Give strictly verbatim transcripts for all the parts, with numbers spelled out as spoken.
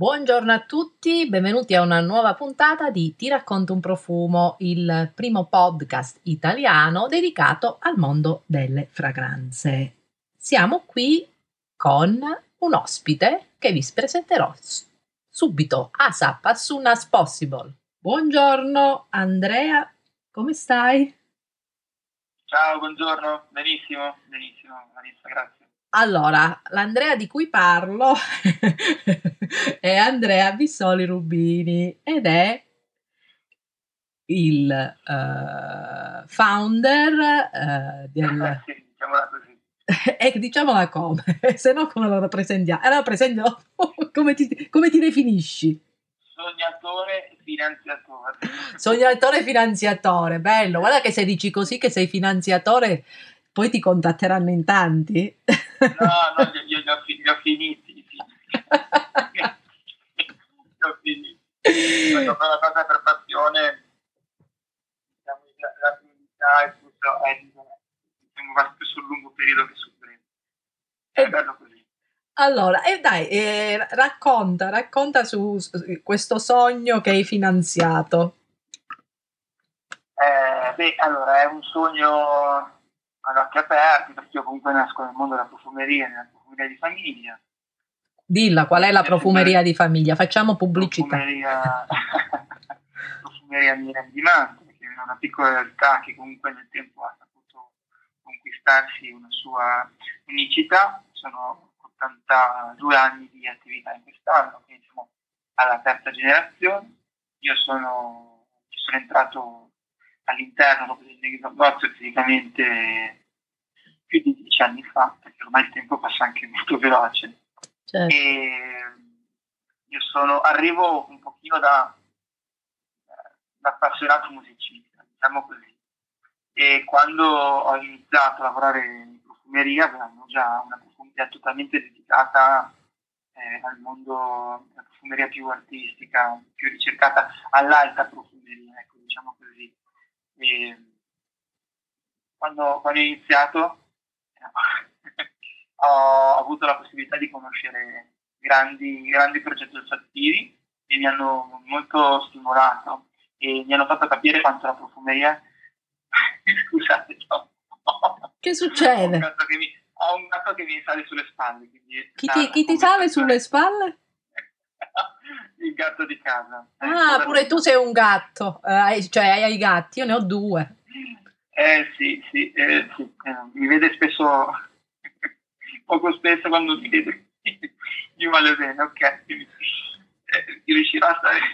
Buongiorno a tutti, benvenuti a una nuova puntata di Ti racconto un profumo, il primo podcast italiano dedicato al mondo delle fragranze. Siamo qui con un ospite che vi presenterò s- subito, ASAP, as soon as possible. Buongiorno Andrea, come stai? Ciao, buongiorno, benissimo, benissimo, Vanessa, grazie. Allora, l'Andrea di cui parlo è Andrea Bissoli Rubini ed è il eh, founder eh, del... Sì, diciamola così. E diciamola come, se no come lo rappresentiamo? Allora presentiamo come ti, come ti definisci? Sognatore finanziatore. Sognatore finanziatore, bello. Guarda che se dici così che sei finanziatore, poi ti contatteranno in tanti. No, no, io li ho, fi- li ho finiti. i figli. Li ho finiti. Quando fai una cosa per passione, diciamo, la l'attività e tutto è diciamo, va più sul lungo periodo che sul breve. È E bello così. allora, e dai, eh, racconta, racconta su, su questo sogno che hai finanziato. Eh, beh, allora, è un sogno ad occhi aperti, perché io comunque nasco nel mondo della profumeria, nella profumeria di famiglia. Dilla, qual è la profumeria di famiglia? Facciamo pubblicità. Profumeria, profumeria Miriam di Mantova, che è una piccola realtà che comunque nel tempo ha saputo conquistarsi una sua unicità. Sono ottantadue anni di attività in quest'anno, quindi siamo alla terza generazione. Io sono, ci sono entrato all'interno del negozio fisicamente più di dieci anni fa, perché ormai il tempo passa anche molto veloce. Certo. E io sono, arrivo un pochino da, da appassionato musicista, diciamo così. E quando ho iniziato a lavorare in profumeria, avevamo già una profumeria totalmente dedicata eh, al mondo della profumeria più artistica, più ricercata, all'alta profumeria, ecco, diciamo così. E quando, quando ho iniziato ho avuto la possibilità di conoscere grandi, grandi progetti olfattivi che mi hanno molto stimolato e mi hanno fatto capire quanto la profumeria scusate, no. Che succede? Ho un gatto che mi, ho un gatto che mi sale sulle spalle. Quindi Chi ti, chi ti sale sulle spalle? Il gatto di casa. Eh, Ah, pure tu sei un gatto, eh, cioè hai i gatti, io ne ho due. Eh sì, sì, eh, sì. Eh, mi vede spesso, poco spesso quando mi vede, mi vuole bene, ok. Quindi, eh, riuscirà a stare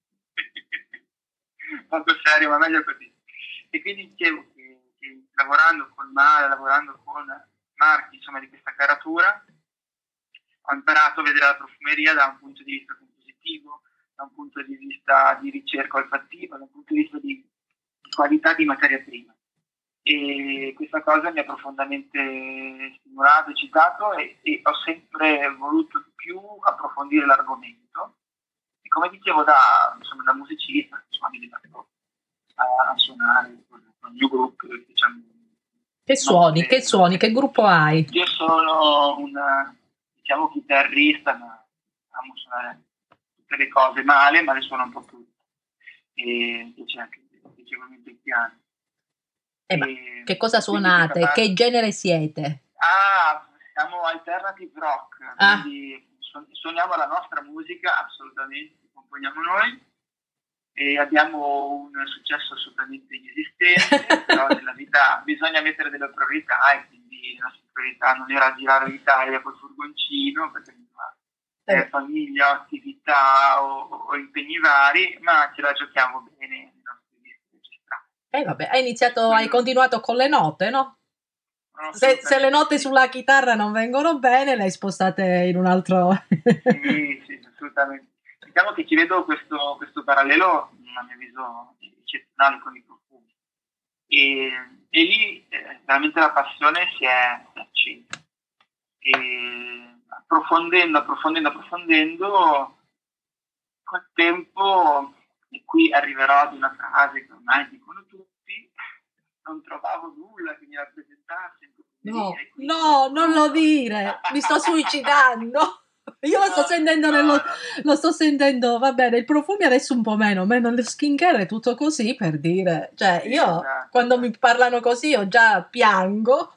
poco serio, ma meglio così. E quindi dicevo che, che lavorando con Mara, lavorando con marchi, insomma, di questa caratura, ho imparato a vedere la profumeria da un punto di vista compositivo, da un punto di vista di ricerca olfattiva, da un punto di vista di qualità di materia prima. E questa cosa mi ha profondamente stimolato, eccitato e, e ho sempre voluto di più approfondire l'argomento. E come dicevo, da, insomma, da musicista, insomma, mi diverto a, a suonare con, con il mio gruppo. Diciamo, Che suoni, notte, che suoni, che gruppo hai? Io sono un, diciamo, chitarrista, ma amo suonare tutte le cose male, ma le suono un po' tutte. E mi piace anche piacevolmente il piano. Eh, ma E che cosa quindi questa suonate? parte- Che genere siete? Ah, siamo alternative rock, Ah, quindi su- suoniamo la nostra musica, assolutamente, componiamo noi e abbiamo un successo assolutamente inesistente, però nella vita bisogna mettere delle priorità e quindi la nostra priorità non era girare l'Italia col furgoncino, perché eh, eh, famiglia, attività o, o impegni vari, ma ce la giochiamo bene nei nostri dischi registrati. eh, vabbè, hai iniziato, hai Quello- continuato con le note, no? Se, se le note sì. sulla chitarra non vengono bene, le hai spostate in un altro... Sì, sì, assolutamente. Diciamo che ci vedo questo, questo parallelo, a mio avviso, eccezionale con i profumi. E, e lì eh, veramente la passione si è, si è accesa. E approfondendo, approfondendo, approfondendo, col tempo, e qui arriverò ad una frase che ormai dicono tutti, non trovavo nulla che mi rappresentasse in No, profumeria. E quindi no, non lo pronto. dire, mi sto suicidando. Io lo sto No, sentendo, no, nello, no. lo sto sentendo, va bene, i profumi adesso un po' meno, meno lo skincare è tutto così per dire, cioè Sì, io esatto, quando mi esatto. parlano così io già piango.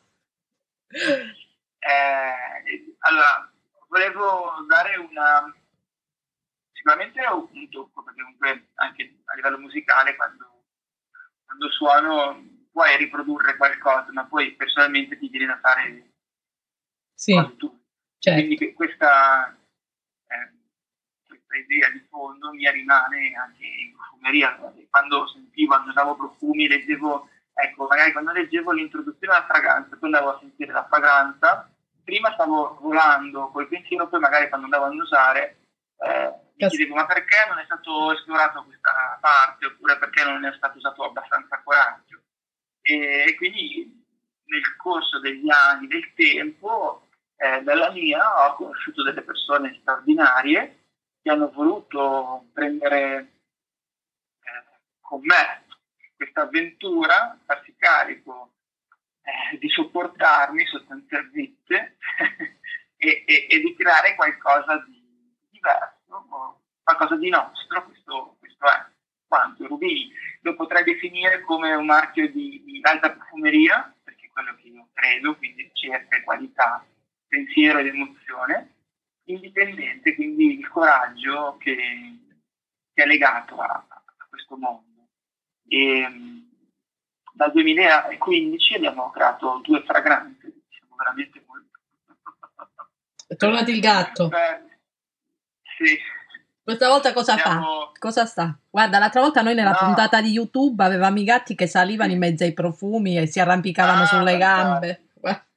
Eh, allora, volevo dare una, sicuramente un tocco, perché comunque anche a livello musicale, quando, quando suono, puoi riprodurre qualcosa, ma poi personalmente ti viene da fare Sì, cose tu. E quindi certo. que- questa, eh, questa idea di fondo mia rimane anche in profumeria. Quando sentivo, quando usavo profumi, leggevo, ecco, magari quando leggevo l'introduzione alla fragranza, poi andavo a sentire la fragranza, prima stavo volando col pensiero, poi magari quando andavo a usare eh, mi Cas- chiedevo ma perché non è stato esplorato questa parte, oppure perché non è stato usato abbastanza coraggio. E, e quindi nel corso degli anni, del tempo, eh, dalla mia ho conosciuto delle persone straordinarie che hanno voluto prendere eh, con me questa avventura, farsi carico eh, di sopportarmi sostanzialmente e, e, e di creare qualcosa di diverso, o qualcosa di nostro, questo, questo è quanto Rubini lo potrei definire come un marchio di, di alta profumeria, perché è quello che io credo, quindi ricerca e qualità, pensiero ed emozione, indipendente, quindi il coraggio che, che è legato a, a questo mondo. E, mh, dal duemilaquindici abbiamo creato due fragranze, siamo veramente molto... È tornato il gatto. Beh, sì, Questa volta cosa fa? siamo... Cosa sta? Guarda, l'altra volta noi nella No, puntata di YouTube avevamo i gatti che salivano in sì. mezzo ai profumi e si arrampicavano Ah, sulle fantastico. gambe. Guarda.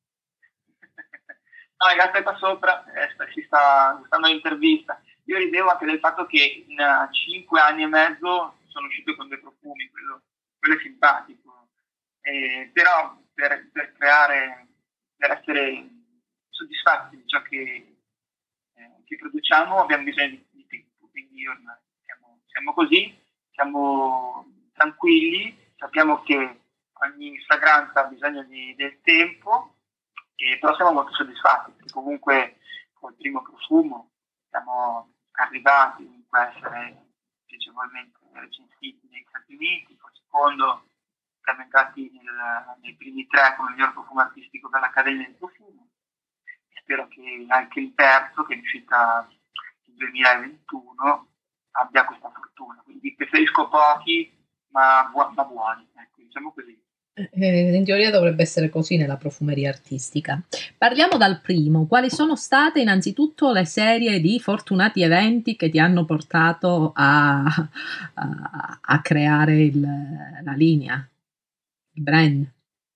No, in realtà qua sopra eh, sta- si sta stando l'intervista. Io ridevo anche del fatto che in uh, cinque anni e mezzo sono uscito con dei profumi, quello, quello è simpatico. Eh, però per, per creare, per essere soddisfatti di ciò che, eh, che produciamo abbiamo bisogno di, di tempo, quindi ormai siamo, siamo così, siamo tranquilli, sappiamo che ogni fragranza ha bisogno di, del tempo, e, però siamo molto soddisfatti, perché comunque col primo profumo siamo arrivati comunque a essere piacevolmente recensiti negli Stati Uniti, col secondo siamo entrati nel, nei primi tre come miglior profumo artistico dell'Accademia del Profumo, e spero che anche il terzo, che è uscita nel duemilaventuno, abbia questa fortuna. Quindi preferisco pochi, ma, bu- ma buoni, ecco, diciamo così. Eh, in teoria dovrebbe essere così nella profumeria artistica. Parliamo dal primo. Quali sono state innanzitutto le serie di fortunati eventi che ti hanno portato a, a- a creare il- la linea, il brand?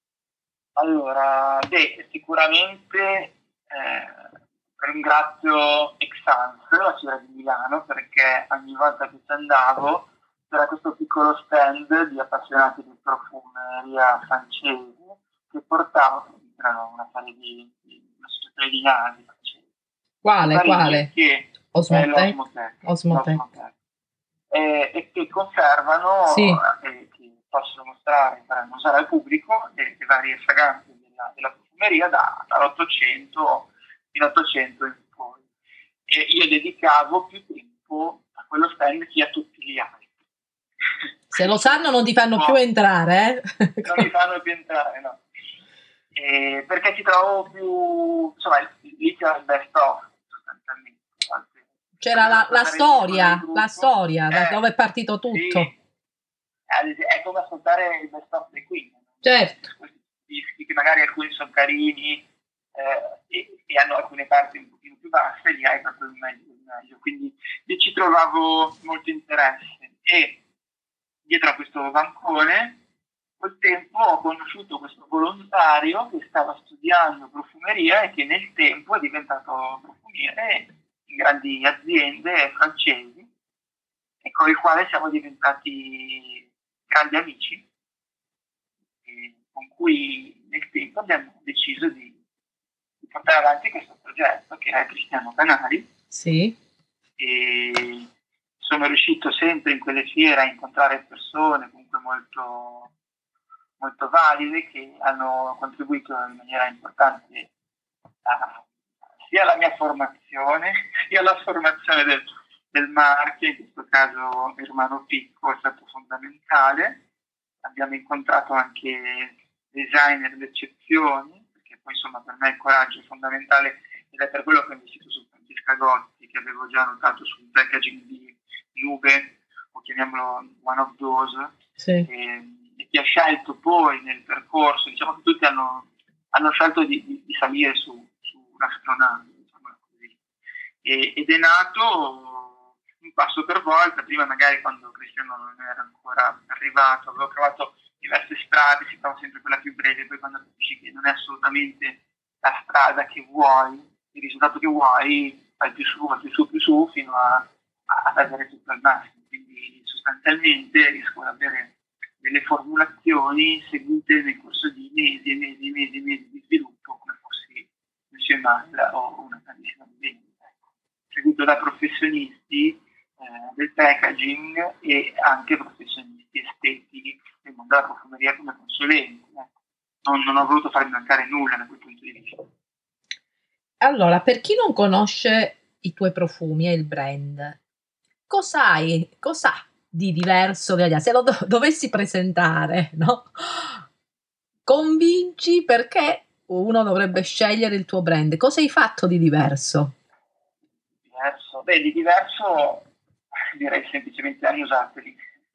Allora, beh, sicuramente eh, ringrazio Exans, la città di Milano, perché ogni volta che ci andavo c'era questo piccolo stand di appassionati di profumeria francesi che portavano, erano una serie di, di un'associazione di nasi francesi di Quale, Parigi quale? che è Osmotec? l'Osmotec, Osmotec. l'Osmotec e, e che conservano Sì, e che possono mostrare, faranno usare al pubblico le, le varie fragranze della, della profumeria da, dall'Ottocento fino all'Ottocento in poi. E io dedicavo più tempo a quello stand che a tutti gli altri. se lo sanno non ti Un fanno più po', entrare, non eh? mi fanno più entrare, no. E perché ci trovo più, insomma, lì c'era il best of sostanzialmente. C'era la, la Ascoltare il disco del storia, la gruppo, storia, da dove eh, è partito sì, tutto. è come ascoltare il best of dei Queen, Certo. questi dischi che magari alcuni sono carini eh, e, e hanno alcune parti un pochino più basse, lì hai proprio il meglio, il meglio. Quindi io ci trovavo molto interesse e dietro a questo bancone col tempo ho conosciuto questo volontario che stava studiando profumeria e che nel tempo è diventato profumiere in grandi aziende francesi e con il quale siamo diventati grandi amici e con cui nel tempo abbiamo deciso di, di portare avanti questo progetto che è Cristiano Canali. Sì. E sono riuscito sempre in quelle fiere a incontrare persone comunque molto, molto valide che hanno contribuito in maniera importante a sia la mia formazione, sia la formazione del, del marchio, in questo caso Hermano Picco è stato fondamentale. Abbiamo incontrato anche designer d'eccezione, perché poi insomma per me il coraggio è fondamentale ed è per quello che ho investito su Francesca Gotti, che avevo già notato sul packaging di Nube, o chiamiamolo One of Those, sì. e, e che ha scelto poi nel percorso, diciamo che tutti hanno, hanno scelto di, di, di salire su, su un'astronave, diciamo così, e, ed è nato un passo per volta. Prima magari quando Cristiano non era ancora arrivato, avevo provato diverse strade, si trova sempre quella più breve, poi quando capisci che non è assolutamente la strada che vuoi, il risultato che vuoi, vai più su, più su, più su, fino a, ad avere tutto al massimo. Quindi sostanzialmente riesco ad avere delle formulazioni seguite nel corso di mesi e mesi e mesi, mesi di sviluppo, come fossi un Shemale o una candidata di vendita. Ecco. Seguito da professionisti eh, del packaging e anche professionisti estetici del mondo della profumeria come consulenti. Ecco. Non, non ho voluto farmi mancare nulla da quel punto di vista. Allora, per chi non conosce i tuoi profumi e il brand, cosa hai, cosa di diverso dagli altri? Se lo do- dovessi presentare, no? Convinci perché uno dovrebbe scegliere il tuo brand. Cosa hai fatto di diverso? Diverso? Beh, di diverso direi semplicemente annusateli.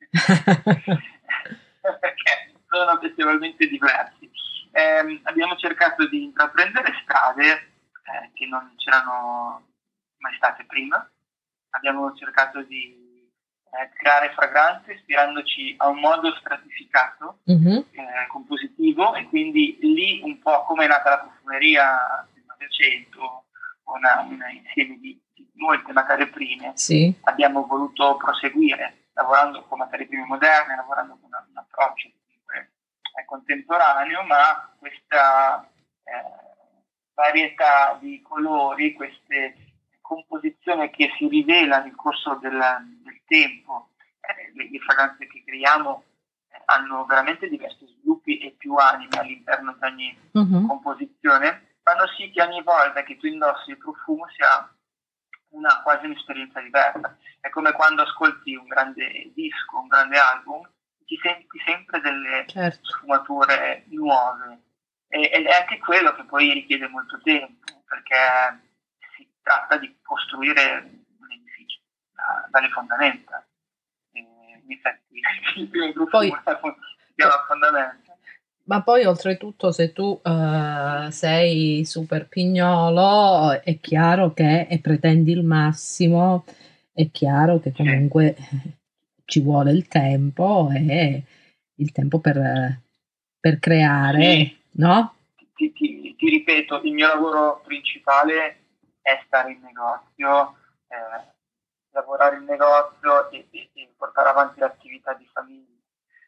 Perché sono piacevolmente diversi. Eh, abbiamo cercato di intraprendere strade eh, che non c'erano mai state prima. Abbiamo cercato di eh, creare fragranze ispirandoci a un modo stratificato, mm-hmm. eh, compositivo, e quindi lì un po' come è nata la profumeria nel Novecento, una, un insieme di, di molte materie prime. Sì. Abbiamo voluto proseguire lavorando con materie prime moderne, lavorando con un approccio comunque eh, contemporaneo, ma questa eh, varietà di colori, queste composizione che si rivela nel corso del, del tempo, eh, le, le fragranze che creiamo eh, hanno veramente diversi sviluppi e più anime all'interno di ogni uh-huh. composizione, fanno sì che ogni volta che tu indossi il profumo sia una, quasi un'esperienza diversa. È come quando ascolti un grande disco, un grande album, ti senti sempre delle certo. sfumature nuove, e, ed è anche quello che poi richiede molto tempo, perché si tratta di costruire un edificio da, dalle fondamenta. E, in effetti il primo profumo è la fondamenta. Ma poi oltretutto se tu uh, sei super pignolo è chiaro che e pretendi il massimo, è chiaro che comunque sì. ci vuole il tempo e il tempo per, per creare, sì. no? Ti, ti, ti ripeto, il mio lavoro principale è stare in negozio, eh, lavorare in negozio e, e, e portare avanti l'attività di famiglia.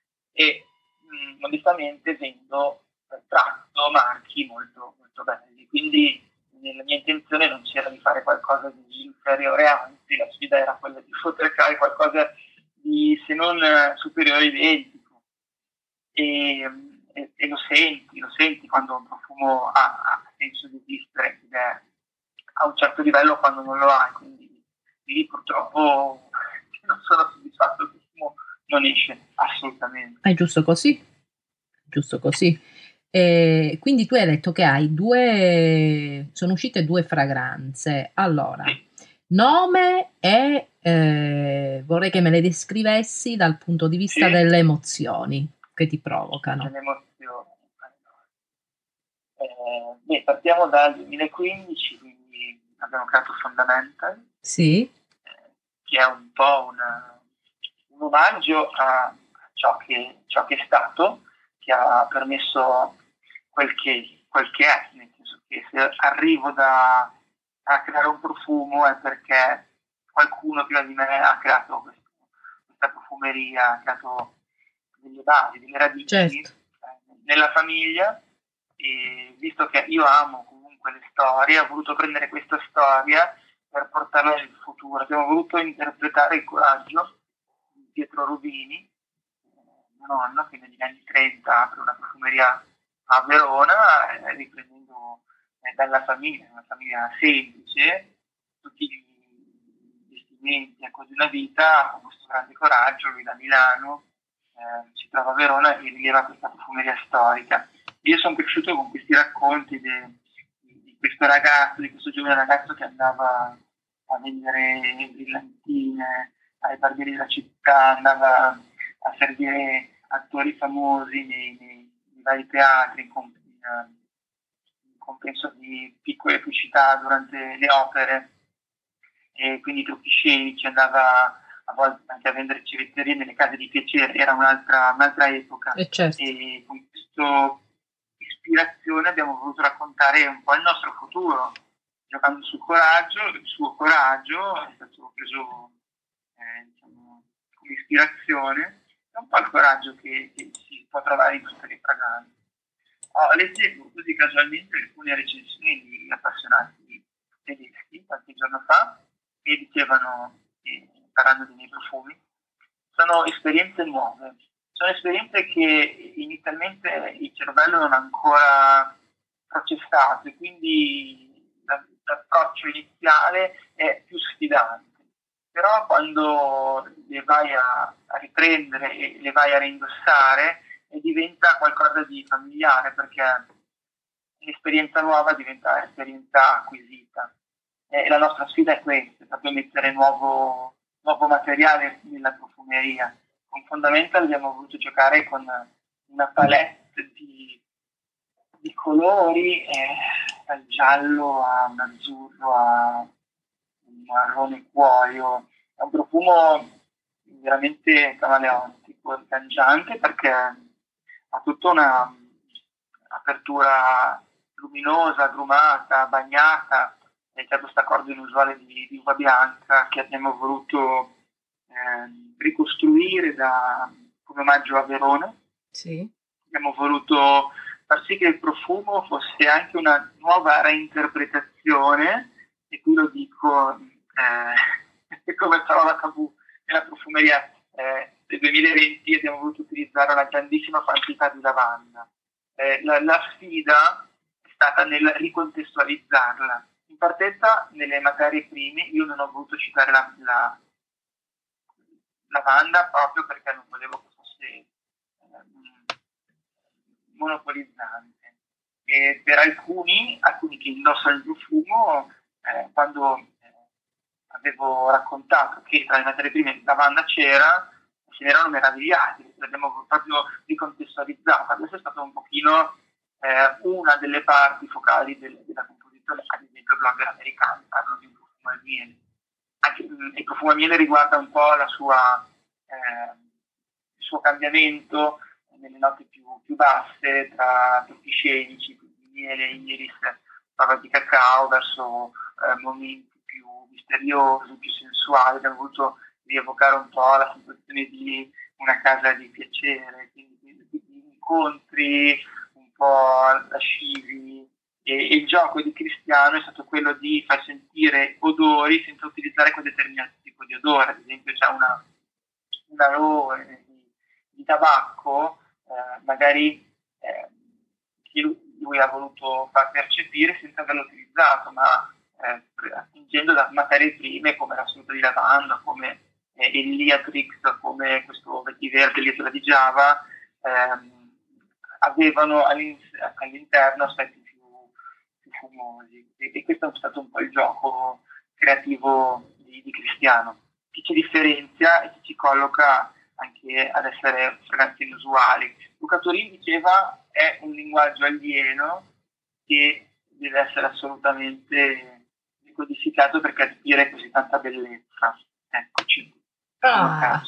E mh, onestamente vendo tratto marchi molto, molto belli, quindi la mia intenzione non c'era di fare qualcosa di inferiore, anzi la sfida era quella di poter creare qualcosa di, se non superiore, identico. E, e, e lo senti, lo senti quando un profumo ha, ha senso di esistere, ed è a un certo livello quando non lo ha, quindi lì purtroppo non sono soddisfatto, il profumo non esce assolutamente. È giusto così, giusto così. E quindi tu hai detto che hai due, sono uscite due fragranze. Allora, sì. Nome e eh, vorrei che me le descrivessi dal punto di vista sì. delle emozioni che ti provocano. Delle emozioni. Eh, beh, partiamo dal duemilaquindici, quindi abbiamo creato Fundamental, sì. eh, che è un po' una, un omaggio a ciò che, ciò che è stato, che ha permesso quel che, quel che è, nel senso che se arrivo da, a creare un profumo è perché qualcuno prima di me ha creato questo, questa profumeria, ha creato delle basi, delle radici certo. eh, nella famiglia, e visto che io amo comunque le storie, ho voluto prendere questa storia per portarla nel futuro. Abbiamo voluto interpretare il coraggio di Pietro Rubini, mio nonno, che negli anni trenta apre una profumeria a Verona, eh, riprendendo dalla famiglia, una famiglia semplice, tutti i vestimenti ecco, di una vita, con questo grande coraggio, lui da Milano eh, si trova a Verona e rileva questa profumeria storica. Io sono cresciuto con questi racconti di, di questo ragazzo, di questo giovane ragazzo che andava a vendere brillantine ai barbieri della città, andava a servire attori famosi nei, nei, nei vari teatri in, comp- in, in compenso di piccole pubblicità durante le opere, e quindi trucchi scenici, andava a volte anche a vendere civetterie nelle case di piacere, era un'altra, un'altra epoca. E, certo. E con questa ispirazione abbiamo voluto raccontare un po' il nostro futuro, giocando sul coraggio. Il suo coraggio è stato preso eh, diciamo, come ispirazione, è un po' il coraggio che, che si può trovare in tutte le fragranze. Ho letto così casualmente alcune recensioni di appassionati tedeschi qualche giorno fa che dicevano, eh, parlando dei miei profumi, sono esperienze nuove, sono esperienze che inizialmente il cervello non ha ancora processato e quindi l'approccio iniziale è più sfidante. Però quando le vai a, a riprendere e le vai a reindossare e diventa qualcosa di familiare, perché l'esperienza nuova diventa esperienza acquisita. E la nostra sfida è questa, è proprio mettere nuovo, nuovo materiale nella profumeria. Con Fundamental abbiamo voluto giocare con una palette di, di colori, eh, dal giallo a un azzurro a un marrone cuoio. È un profumo veramente camaleontico, cangiante, perché ha tutta una apertura luminosa, agrumata, bagnata, e c'è questo accordo inusuale di, di uva bianca che abbiamo voluto eh, ricostruire da, come omaggio a Verona. Sì. Abbiamo voluto far sì che il profumo fosse anche una nuova reinterpretazione, e qui lo dico eh, come parola tabù nella profumeria eh, del duemilaventi. Abbiamo voluto utilizzare una grandissima quantità di lavanda. Eh, la, la sfida è stata nel ricontestualizzarla. In partenza, nelle materie prime, io non ho voluto citare la, la lavanda proprio perché non volevo che fosse eh, monopolizzante. E per alcuni, alcuni che indossano il profumo, eh, quando eh, avevo raccontato che tra le materie prime lavanda c'era, se ne erano meravigliati, l'abbiamo proprio ricontestualizzata. Questo è stato un pochino eh, una delle parti focali del, della composizione, ad esempio il blogger americano parla di un profumo al miele. Anche, il profumo al miele riguarda un po' la sua, eh, il suo cambiamento nelle note più, più basse, tra trucchi scenici, quindi miele, iris, fava di cacao, verso eh, momenti più misteriosi, più sensuali. Abbiamo voluto rievocare un po' la sensazione di una casa di piacere, quindi di incontri un po' lascivi. E, e il gioco di Cristiano è stato quello di far sentire odori senza utilizzare quel determinato tipo di odore. Ad esempio c'è una, un arome di, di tabacco, eh, magari eh, che lui, lui ha voluto far percepire senza averlo utilizzato, ma eh, attingendo da materie prime come l'assoluto di lavanda, come eh, il Liatrix, come questo vetiverde l'isola di Giava, ehm, avevano all'interno aspetti più, più fumosi. E, e questo è stato un po' il gioco creativo di, di Cristiano, che ci differenzia e che ci colloca anche ad essere fragranze inusuali. Luca Torin diceva è un linguaggio alieno che deve essere assolutamente decodificato per capire così tanta bellezza. Eccoci. Ah.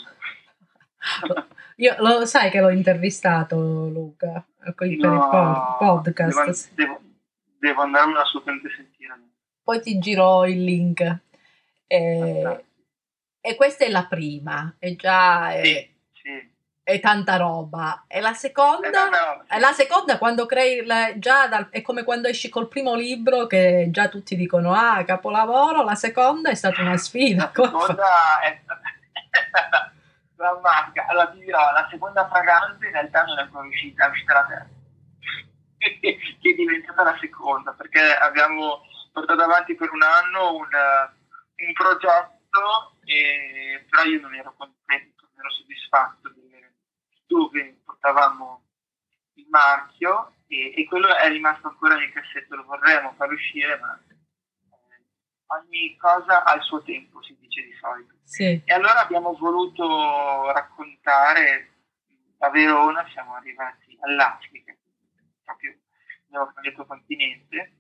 Io lo sai che l'ho intervistato, Luca, qui no, per il podcast. Devo, devo, devo andarmelo assolutamente sentire. Poi ti giro il link. E, okay. E questa è la prima, è già è, sì, sì. È tanta roba. E la seconda, roba, sì. La seconda quando crei la, già dal, è come quando esci col primo libro che già tutti dicono ah, capolavoro. La seconda è stata una sfida. La seconda è stata drammatica. Allora ti dirò, la seconda fragranza in realtà non è ancora uscita, è uscita la terza. che è diventata la seconda, perché abbiamo portato avanti per un anno un, un progetto, e, però io non ero contento, non ero soddisfatto di dove portavamo il marchio, e, e quello è rimasto ancora nel cassetto, lo vorremmo far uscire, ma eh, ogni cosa ha il suo tempo, si dice di solito. Sì. E allora abbiamo voluto raccontare, da Verona siamo arrivati all'Africa, proprio abbiamo cambiato continente,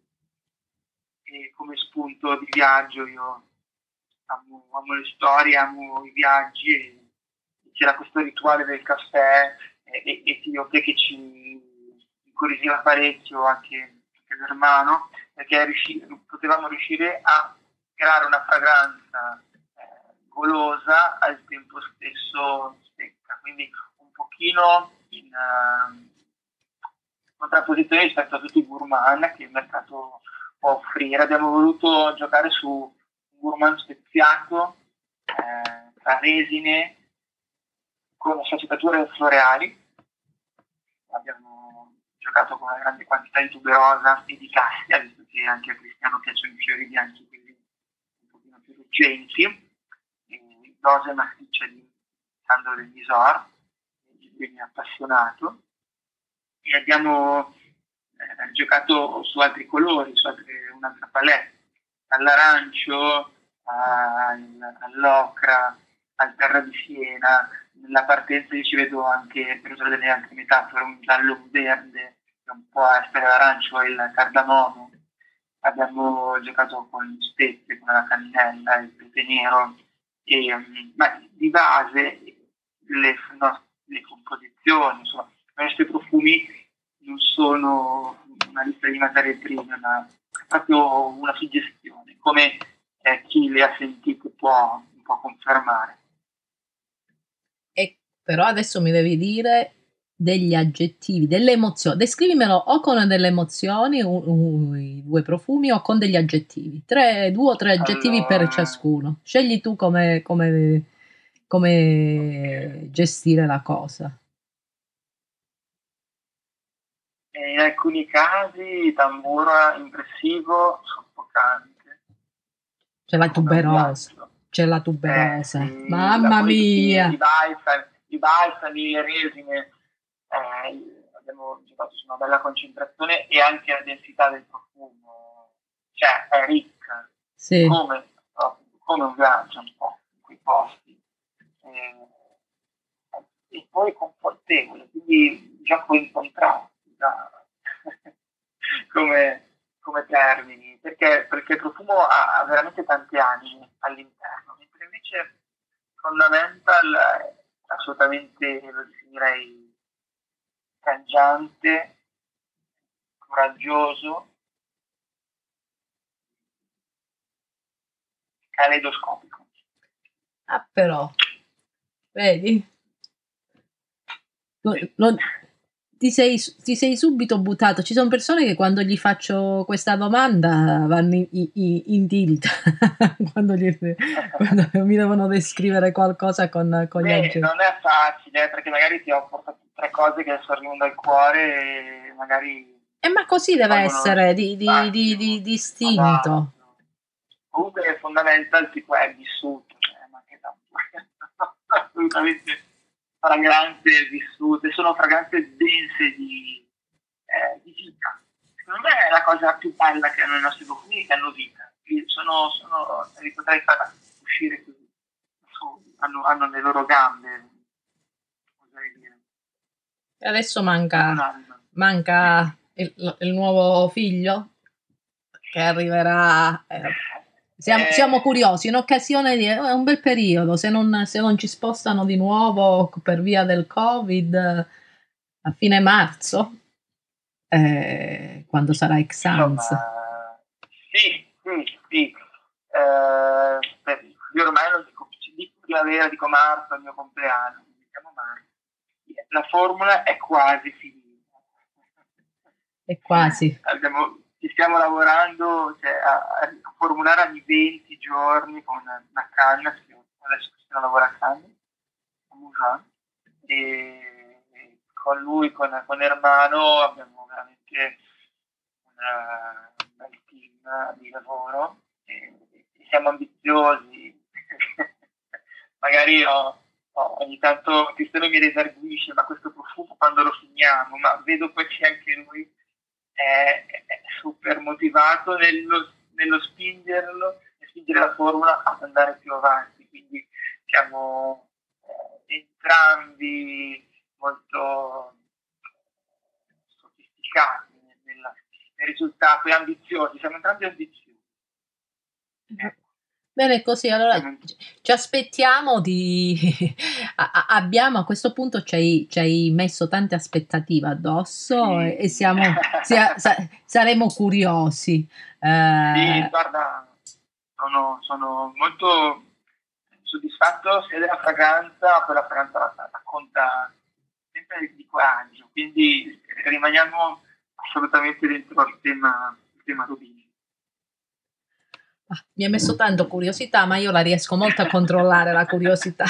e come spunto di viaggio io amo, amo le storie, amo i viaggi, e c'era questo rituale del caffè eh, etiope che ci incuriosiva parecchio anche, anche l'ermano, perché riusci- potevamo riuscire a creare una fragranza eh, golosa al tempo stesso secca, quindi un pochino in uh, contrapposizione rispetto a tutti i gourmand che il mercato può offrire. Abbiamo voluto giocare su un gourmand speziato eh, tra resine con sfaccettature floreali. Abbiamo giocato con una grande quantità di tuberosa e di cassia, visto che anche a Cristiano piacciono i fiori bianchi, quelli un pochino più ruggenti, e dose massiccia di Sandro del Misor, quindi appassionato, e abbiamo eh, giocato su altri colori, su altre, un'altra palette, dall'arancio al, all'ocra, al terra di Siena. Nella partenza io ci vedo anche, per usare delle altre metafore, un giallo verde che un po' essere l'arancio e il cardamomo. Abbiamo giocato con le spezie, con la cannella, il pepe nero, e, um, ma di base le, no, le composizioni, insomma, i nostri profumi non sono una lista di materie prime, ma proprio una suggestione, come eh, chi le ha sentite può, può confermare. E però adesso mi devi dire degli aggettivi, delle emozioni. Descrivimelo o con delle emozioni, u- u- i due profumi, o con degli aggettivi. Tre, due o tre aggettivi per Allora, ciascuno. Scegli tu come, come, come okay. gestire la cosa. E in alcuni casi tamburo impressivo, soffocante, C'è la come un tuberosa, ghiaccio. c'è la Eh tuberosa. sì, la- Mamma poi tutti i mia! balsami, i balsami, le resine, eh, abbiamo giocato su una bella concentrazione e anche la densità del profumo, cioè è ricca, Sì. come, come un viaggio un po' in quei posti. Eh, e poi confortevole, quindi gioco in contrasto da- come, come termini, perché, perché il profumo ha, ha veramente tante anime all'interno, mentre invece Fundamental è assolutamente, lo definirei, cangiante, coraggioso, caleidoscopico. Ah, però, vedi? Non- Sì. non- ti sei, ti sei subito buttato. Ci sono persone che quando gli faccio questa domanda vanno in, in, in tilt quando, gli- quando mi devono descrivere qualcosa con, con gli Beh, aggettivi. non è facile, eh, perché magari ti ho portato tre cose che adesso arrivano dal cuore e magari Eh, ma così ti deve tolgono essere di, di, di, di spazio. distinto. Esatto. Comunque è fondamentale, tipo è vissuto, cioè, ma che tanto. Assolutamente fragranze vissute, sono fragranze dense di, eh, di vita. Secondo me è la cosa più bella che hanno i nostri profumi, che hanno vita. Sono, sono, li potrei far uscire così. Sono, hanno, hanno le loro gambe, oserei dire. E adesso Hanno manca, un'anima. manca il, il nuovo figlio che arriverà. eh, siamo, Eh, siamo curiosi, in occasione di... È un bel periodo, se non, se non ci spostano di nuovo per via del Covid, a fine marzo, eh, quando sarà Exams. insomma, sì, sì, sì. Eh, beh, io ormai non dico, dico primavera, dico marzo, è il mio compleanno, quindi siamo marzo. La formula è quasi finita. È quasi. Abbiamo, ci stiamo lavorando, cioè, a, a formulare ogni venti giorni con una canna, adesso stiamo lavorando a canna, a Mujan, e con lui, con, con Ermano, abbiamo veramente una, un bel team di lavoro e, e siamo ambiziosi. Magari ho, ho, ogni tanto Cristiano mi redarguisce, ma questo profumo quando lo finiamo, ma vedo poi che anche lui è, è super motivato nello, nello spingerlo, e spingere la formula ad andare più avanti, quindi siamo eh, entrambi molto sofisticati nel, nel risultato e ambiziosi, siamo entrambi ambiziosi. Eh. Bene, così allora ci aspettiamo di abbiamo a questo punto ci hai, ci hai messo tante aspettative addosso, sì. e, e siamo sia, sa, saremo curiosi. Eh, sì, guarda, sono, sono molto soddisfatto sia della fragranza, poi la fragranza racconta sempre di coraggio, quindi rimaniamo assolutamente dentro il tema, il tema Rubini. Ah, mi ha messo tanto curiosità, ma io la riesco molto a controllare la curiosità.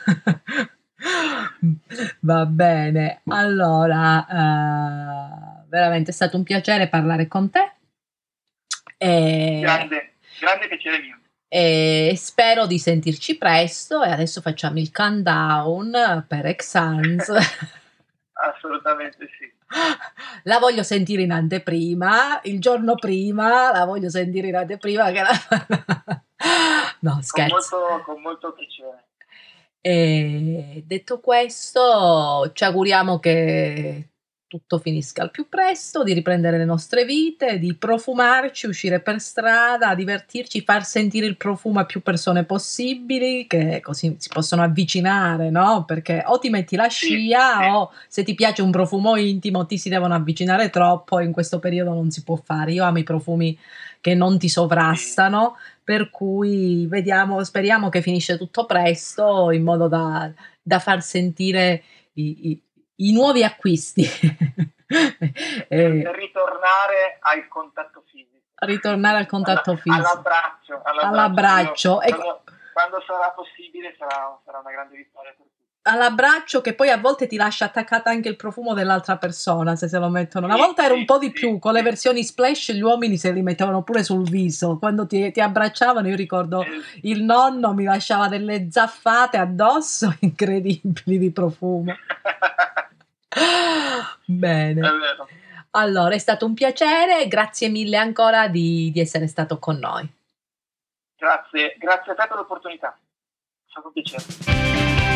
Va bene, allora uh, veramente è stato un piacere parlare con te. E... Grande, grande piacere mio. E spero di sentirci presto e adesso facciamo il countdown per Xans. Assolutamente sì. La voglio sentire in anteprima, il giorno prima la voglio sentire in anteprima che la... No, scherzo. Con molto, con molto piacere. E detto questo, ci auguriamo che tutto finisca al più presto, di riprendere le nostre vite, di profumarci, uscire per strada, divertirci, far sentire il profumo a più persone possibili, che così si possono avvicinare, no? Perché o ti metti la scia, sì, sì. O se ti piace un profumo intimo ti si devono avvicinare troppo, in questo periodo non si può fare. Io amo i profumi che non ti sovrastano, sì. Per cui vediamo, speriamo che finisce tutto presto in modo da, da far sentire i, i i nuovi acquisti. eh, per ritornare al contatto fisico. Ritornare al contatto Alla, fisico. All'abbraccio. All'abbraccio. all'abbraccio. Io, quando, quando sarà possibile sarà, sarà una grande vittoria per tutti. All'abbraccio, che poi a volte ti lascia attaccata anche il profumo dell'altra persona se se lo mettono. Una volta era un po' di più, con le versioni splash gli uomini se li mettevano pure sul viso. Quando ti, ti abbracciavano, io ricordo il nonno mi lasciava delle zaffate addosso incredibili di profumo. Bene, è vero. Allora è stato un piacere, grazie mille ancora di, di essere stato con noi. Grazie, grazie a te per l'opportunità, è stato un piacere.